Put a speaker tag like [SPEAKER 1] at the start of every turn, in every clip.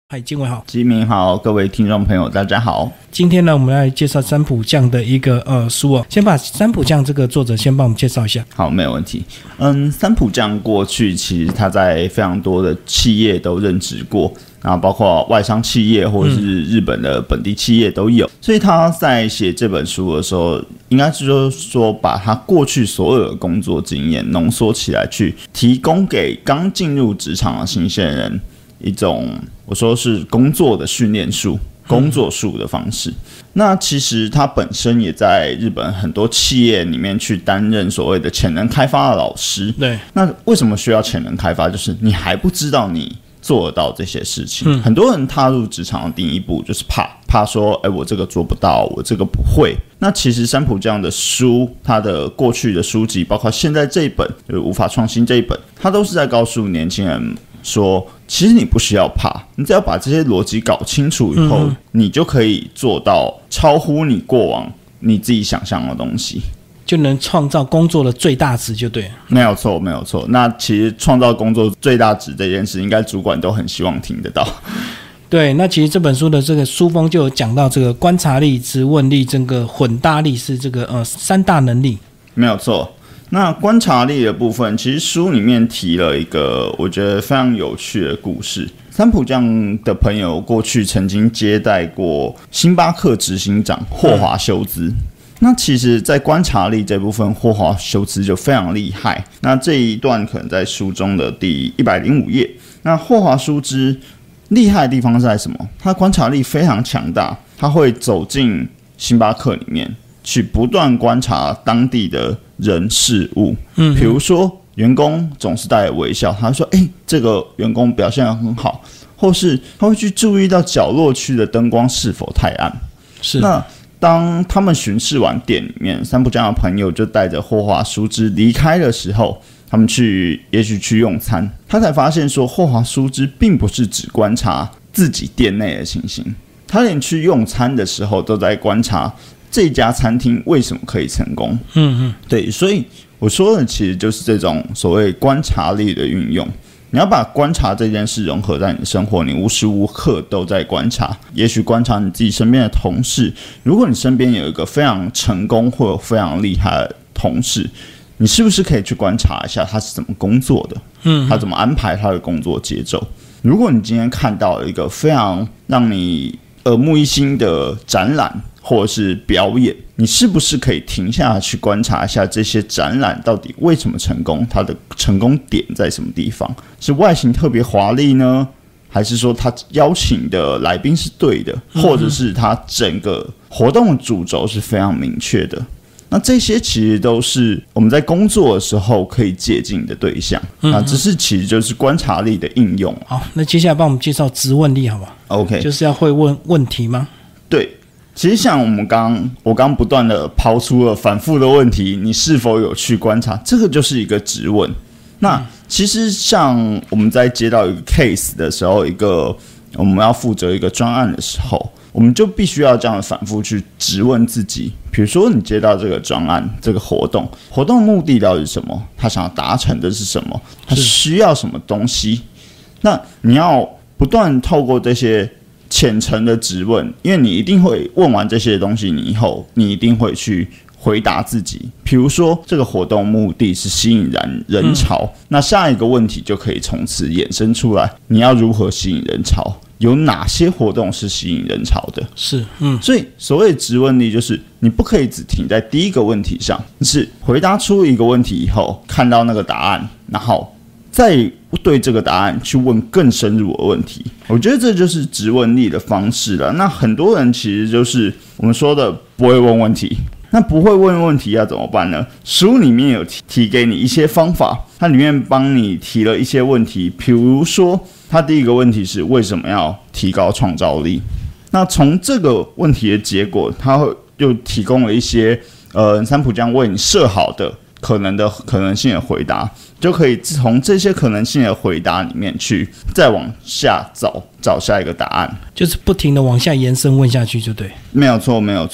[SPEAKER 1] 嗨，金伟好，
[SPEAKER 2] 吉明好，各位听众朋友大家好。
[SPEAKER 1] 今天呢，我们来介绍三浦将的一个书哦。先把三浦将这个作者先帮我们介绍一下。
[SPEAKER 2] 好，没有问题。三浦将过去其实他在非常多的企业都任职过，然后包括外商企业或者是日本的本地企业都有，所以他在写这本书的时候，应该是说把他过去所有的工作经验浓缩起来，去提供给刚进入职场的新鲜人一种我说是工作的训练术、工作术的方式。那其实他本身也在日本很多企业里面去担任所谓的潜能开发的老师。
[SPEAKER 1] 对，
[SPEAKER 2] 那为什么需要潜能开发？就是你还不知道你做得到这些事情。很多人踏入职场的第一步就是怕说，我这个做不到，我这个不会。那其实三浦这样的书，他的过去的书籍，包括现在这一本就是无法创新这一本，他都是在告诉年轻人说，其实你不需要怕，你只要把这些逻辑搞清楚以后，你就可以做到超乎你过往你自己想象的东西，
[SPEAKER 1] 就能创造工作的最大值就对了。
[SPEAKER 2] 没有错，没有错。那其实创造工作最大值这件事，应该主管都很希望听得到。
[SPEAKER 1] 对，那其实这本书的这个书封就有讲到这个观察力、质问力、这个混搭力是这个三大能力。
[SPEAKER 2] 没有错。那观察力的部分，其实书里面提了一个我觉得非常有趣的故事。三浦将的朋友过去曾经接待过星巴克执行长霍华修兹。那其实在观察力这部分，霍华修兹就非常厉害。那这一段可能在书中的第105页。那霍华修兹厉害的地方是在什么？他观察力非常强大，他会走进星巴克里面去不断观察当地的人事物。比如说员工总是带着微笑，他会说这个员工表现得很好，或是他会去注意到角落区的灯光是否太暗。
[SPEAKER 1] 是。
[SPEAKER 2] 那当他们巡视完店里面，三浦将的朋友就带着霍华书之离开的时候，他们也许去用餐，他才发现说，霍华书之并不是只观察自己店内的情形，他连去用餐的时候都在观察这家餐厅为什么可以成功。对，所以我说的其实就是这种所谓观察力的运用。你要把观察这件事融合在你的生活，你无时无刻都在观察。也许观察你自己身边的同事，如果你身边有一个非常成功或者非常厉害的同事，你是不是可以去观察一下他是怎么工作的？他怎么安排他的工作节奏？如果你今天看到一个非常让你耳目一新的展览或者是表演，你是不是可以停下来去观察一下这些展览到底为什么成功，它的成功点在什么地方？是外形特别华丽呢，还是说他邀请的来宾是对的，或者是他整个活动的主轴是非常明确的？那这些其实都是我们在工作的时候可以借鉴的对象。那这是其实就是观察力的应用。
[SPEAKER 1] 好，那接下来帮我们介绍质问力好不好？
[SPEAKER 2] OK，
[SPEAKER 1] 就是要会问问题吗？
[SPEAKER 2] 对，其实像我刚不断的抛出了反复的问题，你是否有去观察？这个就是一个质问。那其实像我们在接到一个 case 的时候，我们要负责一个专案的时候，我们就必须要这样反复去质问自己。比如说你接到这个专案这个活动的目的到底是什么？他想要达成的是什么？他需要什么东西？那你要不断透过这些浅层的质问，因为你一定会问完这些东西，你以后你一定会去回答自己。比如说这个活动目的是吸引人潮，那下一个问题就可以从此衍生出来，你要如何吸引人潮？有哪些活动是吸引人潮的？
[SPEAKER 1] 是，
[SPEAKER 2] 所以所谓质问力就是你不可以只停在第一个问题上，你是回答出一个问题以后，看到那个答案，然后再对这个答案去问更深入的问题。我觉得这就是质问力的方式了。那很多人其实就是我们说的不会问问题。那不会问问题要怎么办呢？书里面有提给你一些方法，它里面帮你提了一些问题。比如说它第一个问题是为什么要提高创造力？那从这个问题的结果，它又提供了一些三浦将为你设好的可能性的回答，就可以从这些可能性的回答里面去再往下找下一个答案，
[SPEAKER 1] 就是不停的往下延伸问下去就对。
[SPEAKER 2] 没有错，没有错。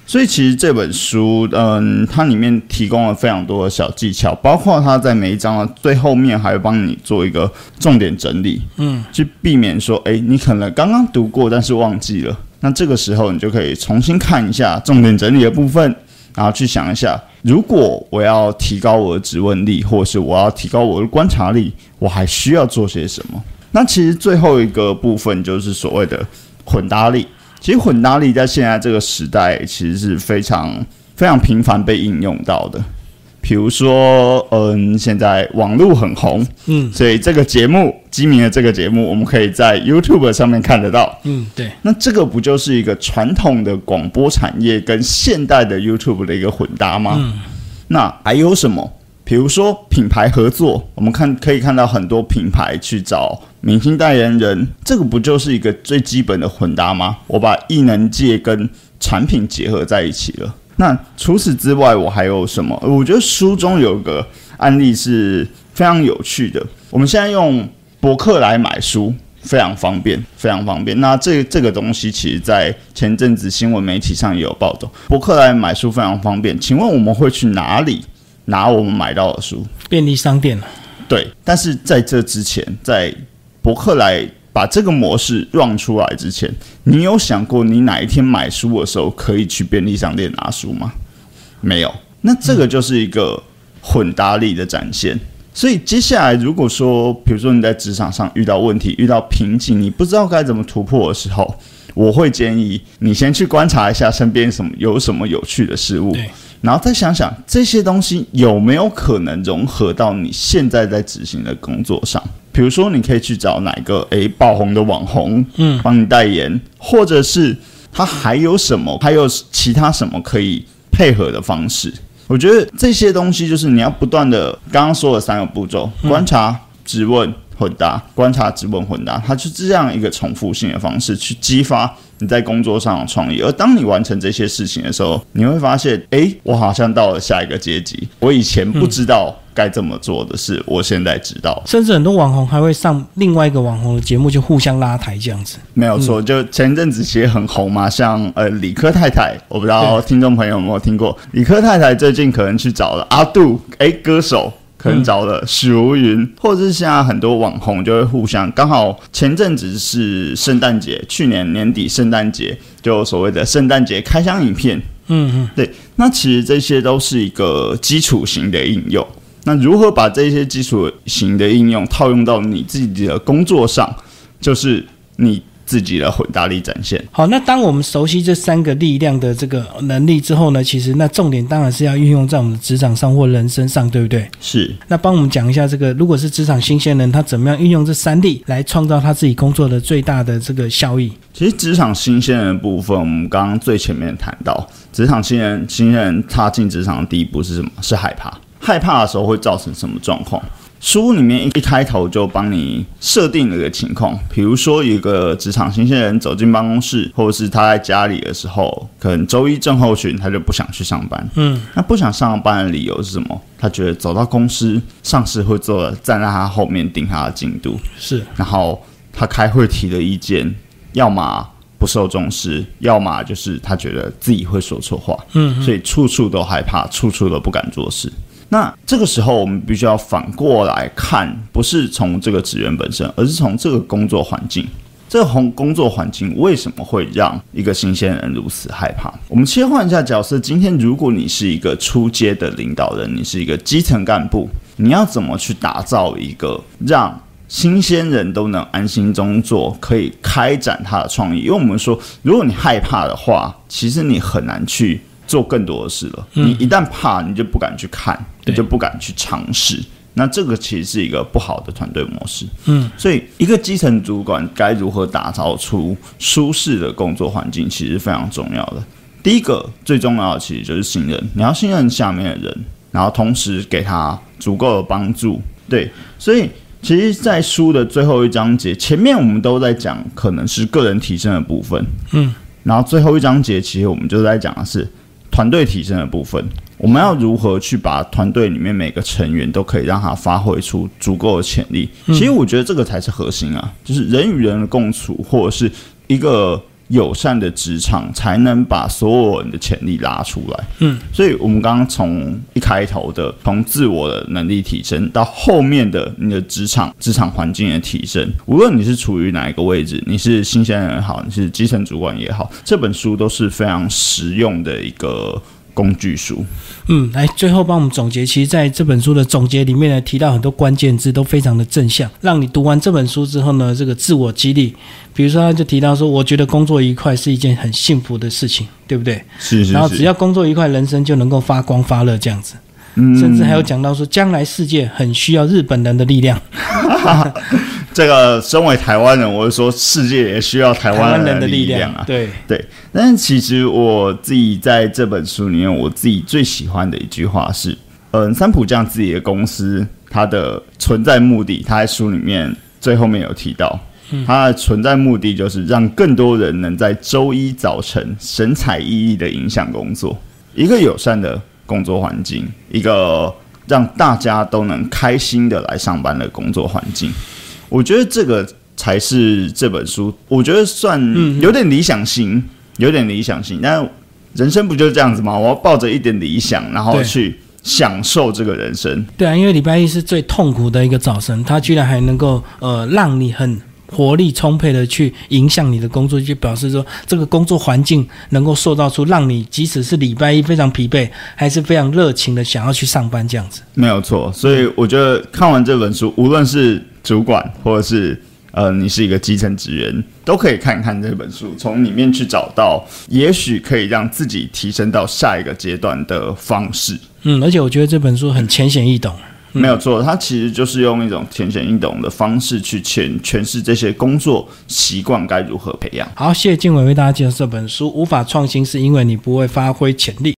[SPEAKER 2] 所以其实这本书，它里面提供了非常多的小技巧，包括它在每一章的最后面还会帮你做一个重点整理，去避免说，你可能刚刚读过，但是忘记了。那这个时候你就可以重新看一下重点整理的部分，然后去想一下，如果我要提高我的质问力，或者是我要提高我的观察力，我还需要做些什么？那其实最后一个部分就是所谓的混搭力。其实混搭力在现在这个时代其实是非常非常频繁被应用到的。比如说，现在网络很红，所以这个节目，机敏的这个节目，我们可以在 YouTube 上面看得到，
[SPEAKER 1] 对。
[SPEAKER 2] 那这个不就是一个传统的广播产业跟现代的 YouTube 的一个混搭吗？那还有什么？比如说品牌合作，我们可以看到很多品牌去找明星代言人，这个不就是一个最基本的混搭吗？我把艺能界跟产品结合在一起了。那除此之外，我还有什么？我觉得书中有个案例是非常有趣的。我们现在用博客来买书，非常方便，非常方便。那这个东西，其实在前阵子新闻媒体上也有报道，博客来买书非常方便。请问我们会去哪里拿我们买到的书？
[SPEAKER 1] 便利商店。
[SPEAKER 2] 对，但是在这之前，在博客来把这个模式 run 出来之前，你有想过你哪一天买书的时候可以去便利商店拿书吗？没有。那这个就是一个混搭力的展现。所以接下来如果说比如说你在职场上遇到问题，遇到瓶颈，你不知道该怎么突破的时候，我会建议你先去观察一下身边有什么有趣的事物，然后再想想这些东西有没有可能融合到你现在在执行的工作上。比如说你可以去找哪个爆红的网红帮你代言，或者是他还有其他什么可以配合的方式。我觉得这些东西就是你要不断的，刚刚说的3个步骤：观察、质问、混搭。观察、质问、混搭，它是这样一个重复性的方式去激发你在工作上的创意。而当你完成这些事情的时候，你会发现，我好像到了下一个阶级。我以前不知道该这么做的事，我现在知道。
[SPEAKER 1] 甚至很多网红还会上另外一个网红的节目，就互相拉抬这样子。
[SPEAKER 2] 没有错，就前阵子其实很红嘛，像理科太太，我不知道听众朋友有没有听过。理科太太最近可能去找了阿杜，歌手。可能找了许茹芸，或者是现在很多网红就会互相，刚好前阵子是圣诞节，去年年底圣诞节就所谓的圣诞节开箱影片，对，那其实这些都是一个基础型的应用。那如何把这些基础型的应用套用到你自己的工作上，就是你自己的混搭力展现。
[SPEAKER 1] 好，那当我们熟悉这3个力量的这个能力之后呢，其实那重点当然是要运用在我们的职场上或人生上，对不对？
[SPEAKER 2] 是。
[SPEAKER 1] 那帮我们讲一下这个，如果是职场新鲜人，他怎么样运用这3力来创造他自己工作的最大的这个效益？
[SPEAKER 2] 其实职场新鲜人的部分，我们刚刚最前面谈到，职场新鲜人踏进职场的第一步是什么？是害怕。害怕的时候会造成什么状况？书里面一开头就帮你设定了一个情况，比如说有一个职场新鲜人走进办公室，或者是他在家里的时候，可能周一症候群，他就不想去上班。那不想上班的理由是什么？他觉得走到公司，上司会站在他后面盯他的进度，
[SPEAKER 1] 是，
[SPEAKER 2] 然后他开会提的意见，要么不受重视，要么就是他觉得自己会说错话，所以处处都害怕，处处都不敢做事。那这个时候我们必须要反过来看，不是从这个职员本身，而是从这个工作环境。这个工作环境为什么会让一个新鲜人如此害怕？我们切换一下角色，今天如果你是一个初阶的领导人，你是一个基层干部，你要怎么去打造一个让新鲜人都能安心工作，可以开展他的创意？因为我们说，如果你害怕的话，其实你很难去做更多的事了。你一旦怕，你就不敢去看，你就不敢去尝试。那这个其实是一个不好的团队模式。所以一个基层主管该如何打造出舒适的工作环境，其实非常重要的。第一个最重要的其实就是信任，你要信任下面的人，然后同时给他足够的帮助。对，所以其实在书的最后一章节，前面我们都在讲可能是个人提升的部分，然后最后一章节其实我们就在讲的是团队提升的部分。我们要如何去把团队里面每个成员都可以让他发挥出足够的潜力？其实我觉得这个才是核心啊，就是人与人的共处，或者是一个友善的职场，才能把所有人的潜力拉出来。所以我们刚刚从一开头的从自我的能力提升，到后面的你的职场环境的提升，无论你是处于哪一个位置，你是新鲜人也好，你是基层主管也好，这本书都是非常实用的一个工具书。
[SPEAKER 1] 来最后帮我们总结，其实在这本书的总结里面呢，提到很多关键字都非常的正向，让你读完这本书之后呢，这个自我激励，比如说他就提到说，我觉得工作愉快是一件很幸福的事情，对不对？
[SPEAKER 2] 是。
[SPEAKER 1] 然后只要工作愉快，人生就能够发光发热这样子。甚至还有讲到说，将来世界很需要日本人的力量。
[SPEAKER 2] 这个身为台湾人，我就说世界也需要台湾人的力量啊。
[SPEAKER 1] 对。
[SPEAKER 2] 但是其实我自己在这本书里面，我自己最喜欢的一句话是，三浦将自己的公司它的存在目的，他在书里面最后面有提到，它的存在目的就是让更多人能在周一早晨神采奕奕的影响工作，一个友善的工作环境，一个让大家都能开心的来上班的工作环境。我觉得这个才是这本书，我觉得算有点理想型，但人生不就是这样子吗？我要抱着一点理想，然后去享受这个人生。对啊，
[SPEAKER 1] 因为礼拜一是最痛苦的一个早晨，它居然还能够让你很活力充沛的去影响你的工作，就表示说这个工作环境能够塑造出让你即使是礼拜一非常疲惫，还是非常热情的想要去上班这样子。
[SPEAKER 2] 没有错，所以我觉得看完这本书，无论是主管或者是你是一个基层职员，都可以看看这本书，从里面去找到也许可以让自己提升到下一个阶段的方式。
[SPEAKER 1] 而且我觉得这本书很浅显易懂。
[SPEAKER 2] 没有错，它其实就是用一种浅显易懂的方式去诠释这些工作习惯该如何培养。
[SPEAKER 1] 好，谢谢静伟为大家介绍这本书《无法创新是因为你不会发挥潜力》。